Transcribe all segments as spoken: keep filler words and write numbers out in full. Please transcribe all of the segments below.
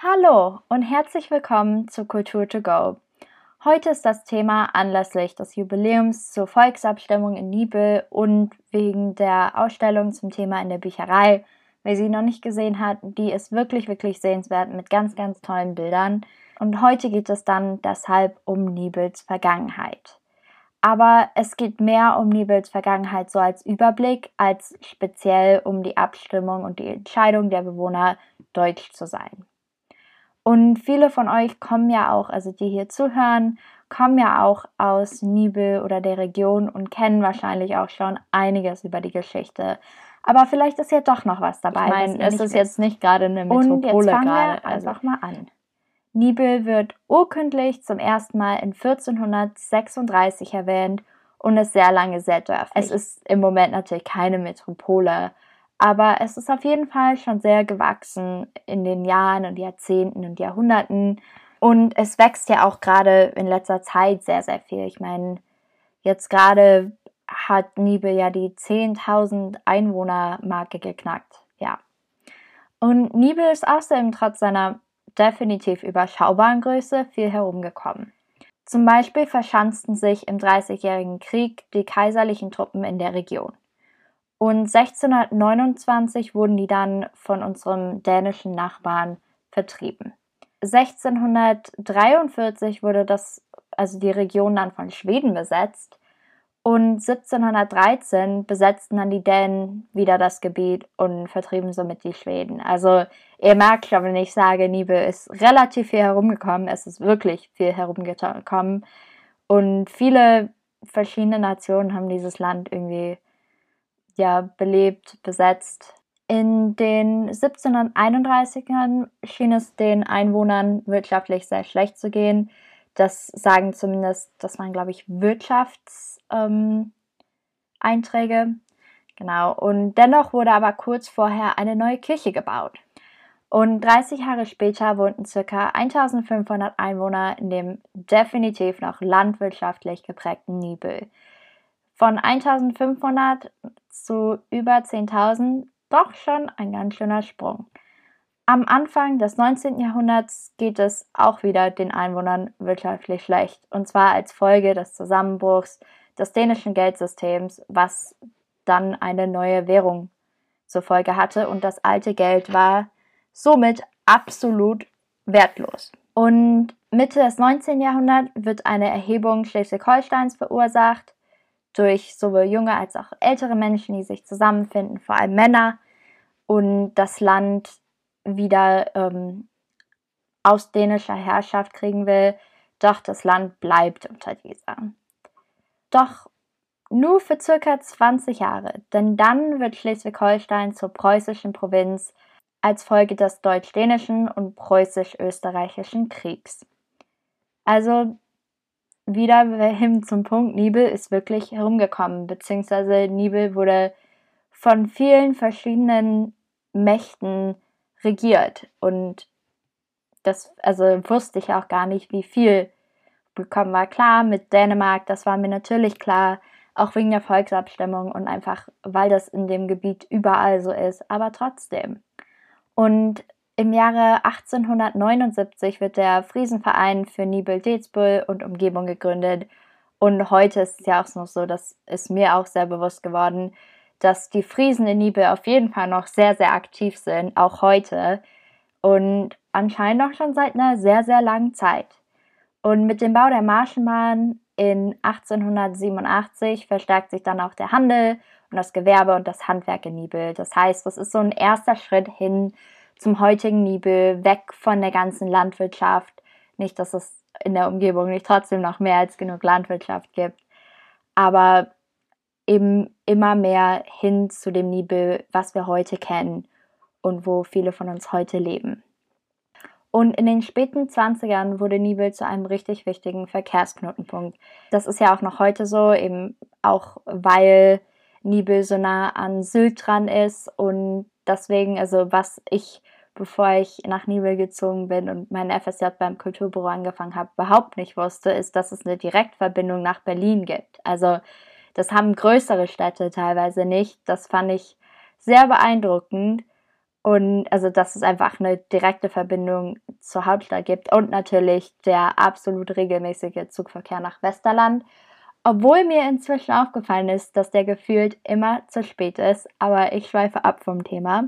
Hallo und herzlich willkommen zu Kultur to go. Heute ist das Thema anlässlich des Jubiläums zur Volksabstimmung in Nibel und wegen der Ausstellung zum Thema in der Bücherei. Wer sie noch nicht gesehen hat, die ist wirklich, wirklich sehenswert mit ganz, ganz tollen Bildern. Und heute geht es dann deshalb um Nibels Vergangenheit. Aber es geht mehr um Nibels Vergangenheit so als Überblick, als speziell um die Abstimmung und die Entscheidung der Bewohner, deutsch zu sein. Und viele von euch kommen ja auch, also die hier zuhören, kommen ja auch aus Nibel oder der Region und kennen wahrscheinlich auch schon einiges über die Geschichte. Aber vielleicht ist ja doch noch was dabei. Ich meine, es ist jetzt nicht gerade eine Metropole. Und jetzt fangen gerade, wir einfach also. mal an. Nibel wird urkundlich zum ersten Mal in vierzehnhundertsechsunddreißig erwähnt und ist sehr lange sehr dörflich. Es ist im Moment natürlich keine Metropole, aber es ist auf jeden Fall schon sehr gewachsen in den Jahren und Jahrzehnten und Jahrhunderten. Und es wächst ja auch gerade in letzter Zeit sehr, sehr viel. Ich meine, jetzt gerade hat Nibel ja die zehntausend Einwohner-Marke geknackt. Ja. Und Nibel ist außerdem trotz seiner definitiv überschaubaren Größe viel herumgekommen. Zum Beispiel verschanzten sich im Dreißigjährigen Krieg die kaiserlichen Truppen in der Region. Und sechzehnhundertneunundzwanzig wurden die dann von unserem dänischen Nachbarn vertrieben. sechzehnhundertdreiundvierzig wurde das, also die Region dann von Schweden besetzt. Und siebzehnhundertdreizehn besetzten dann die Dänen wieder das Gebiet und vertrieben somit die Schweden. Also ihr merkt schon, wenn ich sage, Nibel ist relativ viel herumgekommen. Es ist wirklich viel herumgekommen. Und viele verschiedene Nationen haben dieses Land irgendwie ja, belebt, besetzt. In den siebzehnhunderteinunddreißigern schien es den Einwohnern wirtschaftlich sehr schlecht zu gehen. Das sagen zumindest, das waren, glaube ich, Wirtschaftseinträge. Ähm, genau. Und dennoch wurde aber kurz vorher eine neue Kirche gebaut. Und dreißig Jahre später wohnten ca. eintausendfünfhundert Einwohner in dem definitiv noch landwirtschaftlich geprägten Nibel. Von eintausendfünfhundert zu über zehntausend, doch schon ein ganz schöner Sprung. Am Anfang des neunzehnten Jahrhunderts geht es auch wieder den Einwohnern wirtschaftlich schlecht, und zwar als Folge des Zusammenbruchs des dänischen Geldsystems, was dann eine neue Währung zur Folge hatte, und das alte Geld war somit absolut wertlos. Und Mitte des neunzehnten Jahrhunderts wird eine Erhebung Schleswig-Holsteins verursacht, durch sowohl junge als auch ältere Menschen, die sich zusammenfinden, vor allem Männer, und das Land wieder ähm, aus dänischer Herrschaft kriegen will, doch das Land bleibt unter dieser. Doch nur für circa zwanzig Jahre, denn dann wird Schleswig-Holstein zur preußischen Provinz als Folge des deutsch-dänischen und preußisch-österreichischen Kriegs. Also wieder hin zum Punkt, Nibel ist wirklich herumgekommen, beziehungsweise Nibel wurde von vielen verschiedenen Mächten regiert, und das, also wusste ich auch gar nicht, wie viel bekommen war. Klar, mit Dänemark, das war mir natürlich klar, auch wegen der Volksabstimmung und einfach, weil das in dem Gebiet überall so ist, aber trotzdem. Und im Jahre achtzehnhundertneunundsiebzig wird der Friesenverein für Nibel-Detzbüll und Umgebung gegründet. Und heute ist es ja auch noch so, das ist mir auch sehr bewusst geworden, dass die Friesen in Nibel auf jeden Fall noch sehr, sehr aktiv sind, auch heute. Und anscheinend auch schon seit einer sehr, sehr langen Zeit. Und mit dem Bau der Marschenbahn in achtzehnhundertsiebenundachtzig verstärkt sich dann auch der Handel und das Gewerbe und das Handwerk in Nibel. Das heißt, das ist so ein erster Schritt hin zum heutigen Nibel, weg von der ganzen Landwirtschaft. Nicht, dass es in der Umgebung nicht trotzdem noch mehr als genug Landwirtschaft gibt, aber eben immer mehr hin zu dem Nibel, was wir heute kennen und wo viele von uns heute leben. Und in den späten zwanzigern wurde Nibel zu einem richtig wichtigen Verkehrsknotenpunkt. Das ist ja auch noch heute so, eben auch weil Nibel so nah an Sylt dran ist, und deswegen, also was ich, bevor ich nach Nibel gezogen bin und mein F S J beim Kulturbüro angefangen habe, überhaupt nicht wusste, ist, dass es eine Direktverbindung nach Berlin gibt. Also das haben größere Städte teilweise nicht. Das fand ich sehr beeindruckend. Und also, dass es einfach eine direkte Verbindung zur Hauptstadt gibt und natürlich der absolut regelmäßige Zugverkehr nach Westerland. Obwohl mir inzwischen aufgefallen ist, dass der gefühlt immer zu spät ist, aber ich schweife ab vom Thema.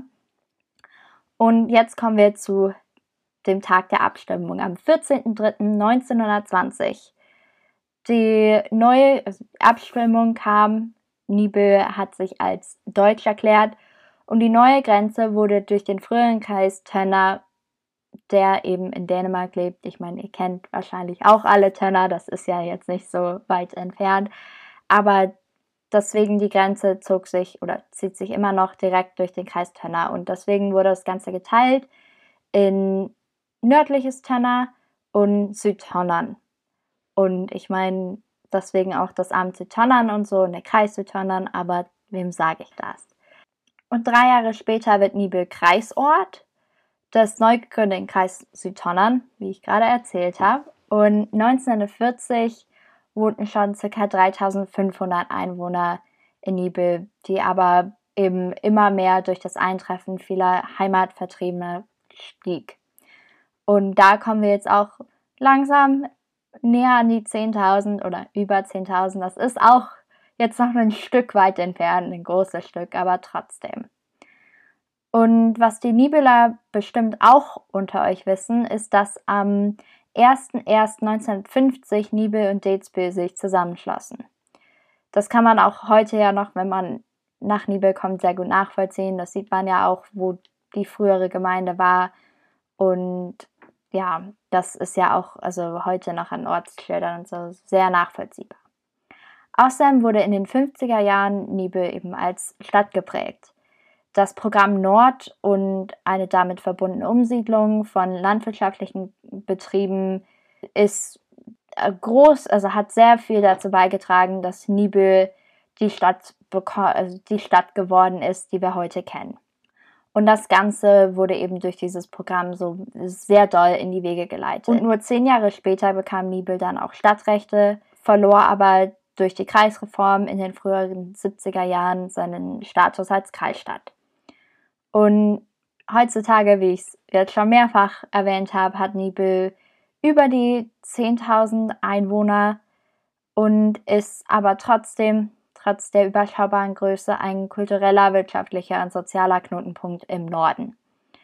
Und jetzt kommen wir zu dem Tag der Abstimmung am vierzehnten dritten neunzehnhundertzwanzig. Die neue Abstimmung kam, Nibel hat sich als deutsch erklärt und die neue Grenze wurde durch den früheren Kreis Tønner, der eben in Dänemark lebt. Ich meine, ihr kennt wahrscheinlich auch alle Tønner, das ist ja jetzt nicht so weit entfernt, aber deswegen die Grenze zog sich oder zieht sich immer noch direkt durch den Kreis Tønner und deswegen wurde das Ganze geteilt in nördliches Tønner und Südtønnern. Und ich meine, deswegen auch das Amt Südtønnern und so und der Kreis Südtønnern, aber wem sage ich das? Und drei Jahre später wird Nibel Kreisort des neu gegründeten Kreis Südtønnern, wie ich gerade erzählt habe. Und neunzehnhundertvierzig wohnten schon ca. dreitausendfünfhundert Einwohner in Nibel, die aber eben immer mehr durch das Eintreffen vieler Heimatvertriebener stieg. Und da kommen wir jetzt auch langsam näher an die zehntausend oder über zehntausend. Das ist auch jetzt noch ein Stück weit entfernt, ein großes Stück, aber trotzdem. Und was die Nibeler bestimmt auch unter euch wissen, ist, dass am ersten ersten neunzehnhundertfünfzig Nibel und Dezbøl sich zusammenschlossen. Das kann man auch heute ja noch, wenn man nach Nibel kommt, sehr gut nachvollziehen. Das sieht man ja auch, wo die frühere Gemeinde war. Und ja, das ist ja auch also heute noch an Ortsschildern und so sehr nachvollziehbar. Außerdem wurde in den fünfziger Jahren Nibel eben als Stadt geprägt. Das Programm Nord und eine damit verbundene Umsiedlung von landwirtschaftlichen Betrieben ist groß, also hat sehr viel dazu beigetragen, dass Nibel die Stadt, also die Stadt geworden ist, die wir heute kennen. Und das Ganze wurde eben durch dieses Programm so sehr doll in die Wege geleitet. Und nur zehn Jahre später bekam Nibel dann auch Stadtrechte, verlor aber durch die Kreisreform in den früheren siebziger Jahren seinen Status als Kreisstadt. Und heutzutage, wie ich es jetzt schon mehrfach erwähnt habe, hat Nibel über die zehntausend Einwohner und ist aber trotzdem, trotz der überschaubaren Größe, ein kultureller, wirtschaftlicher und sozialer Knotenpunkt im Norden.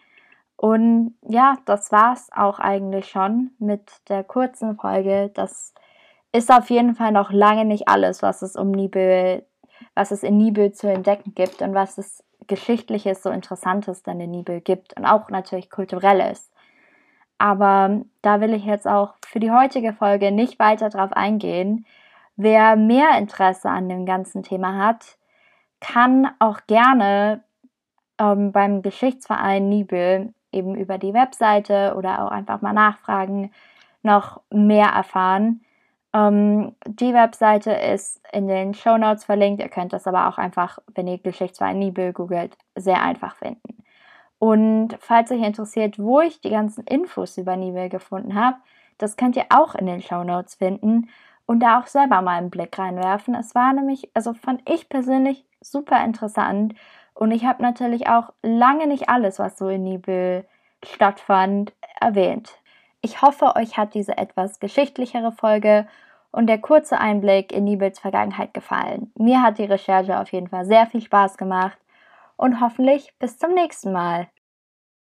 Und ja, das war's auch eigentlich schon mit der kurzen Folge. Das ist auf jeden Fall noch lange nicht alles, was es um Nibel, was es in Nibel zu entdecken gibt und was es Geschichtliches, so Interessantes dann in Nibel gibt und auch natürlich Kulturelles. Aber da will ich jetzt auch für die heutige Folge nicht weiter drauf eingehen. Wer mehr Interesse an dem ganzen Thema hat, kann auch gerne ähm, beim Geschichtsverein Nibel eben über die Webseite oder auch einfach mal nachfragen, noch mehr erfahren. Ähm, die Webseite ist in den Shownotes verlinkt. Ihr könnt das aber auch einfach, wenn ihr Geschichtsverein Nibel googelt, sehr einfach finden. Und falls euch interessiert, wo ich die ganzen Infos über Nibel gefunden habe, das könnt ihr auch in den Shownotes finden und da auch selber mal einen Blick reinwerfen. Es war nämlich, also fand ich persönlich super interessant und ich habe natürlich auch lange nicht alles, was so in Nibel stattfand, erwähnt. Ich hoffe, euch hat diese etwas geschichtlichere Folge und der kurze Einblick in Nibels Vergangenheit gefallen. Mir hat die Recherche auf jeden Fall sehr viel Spaß gemacht und hoffentlich bis zum nächsten Mal.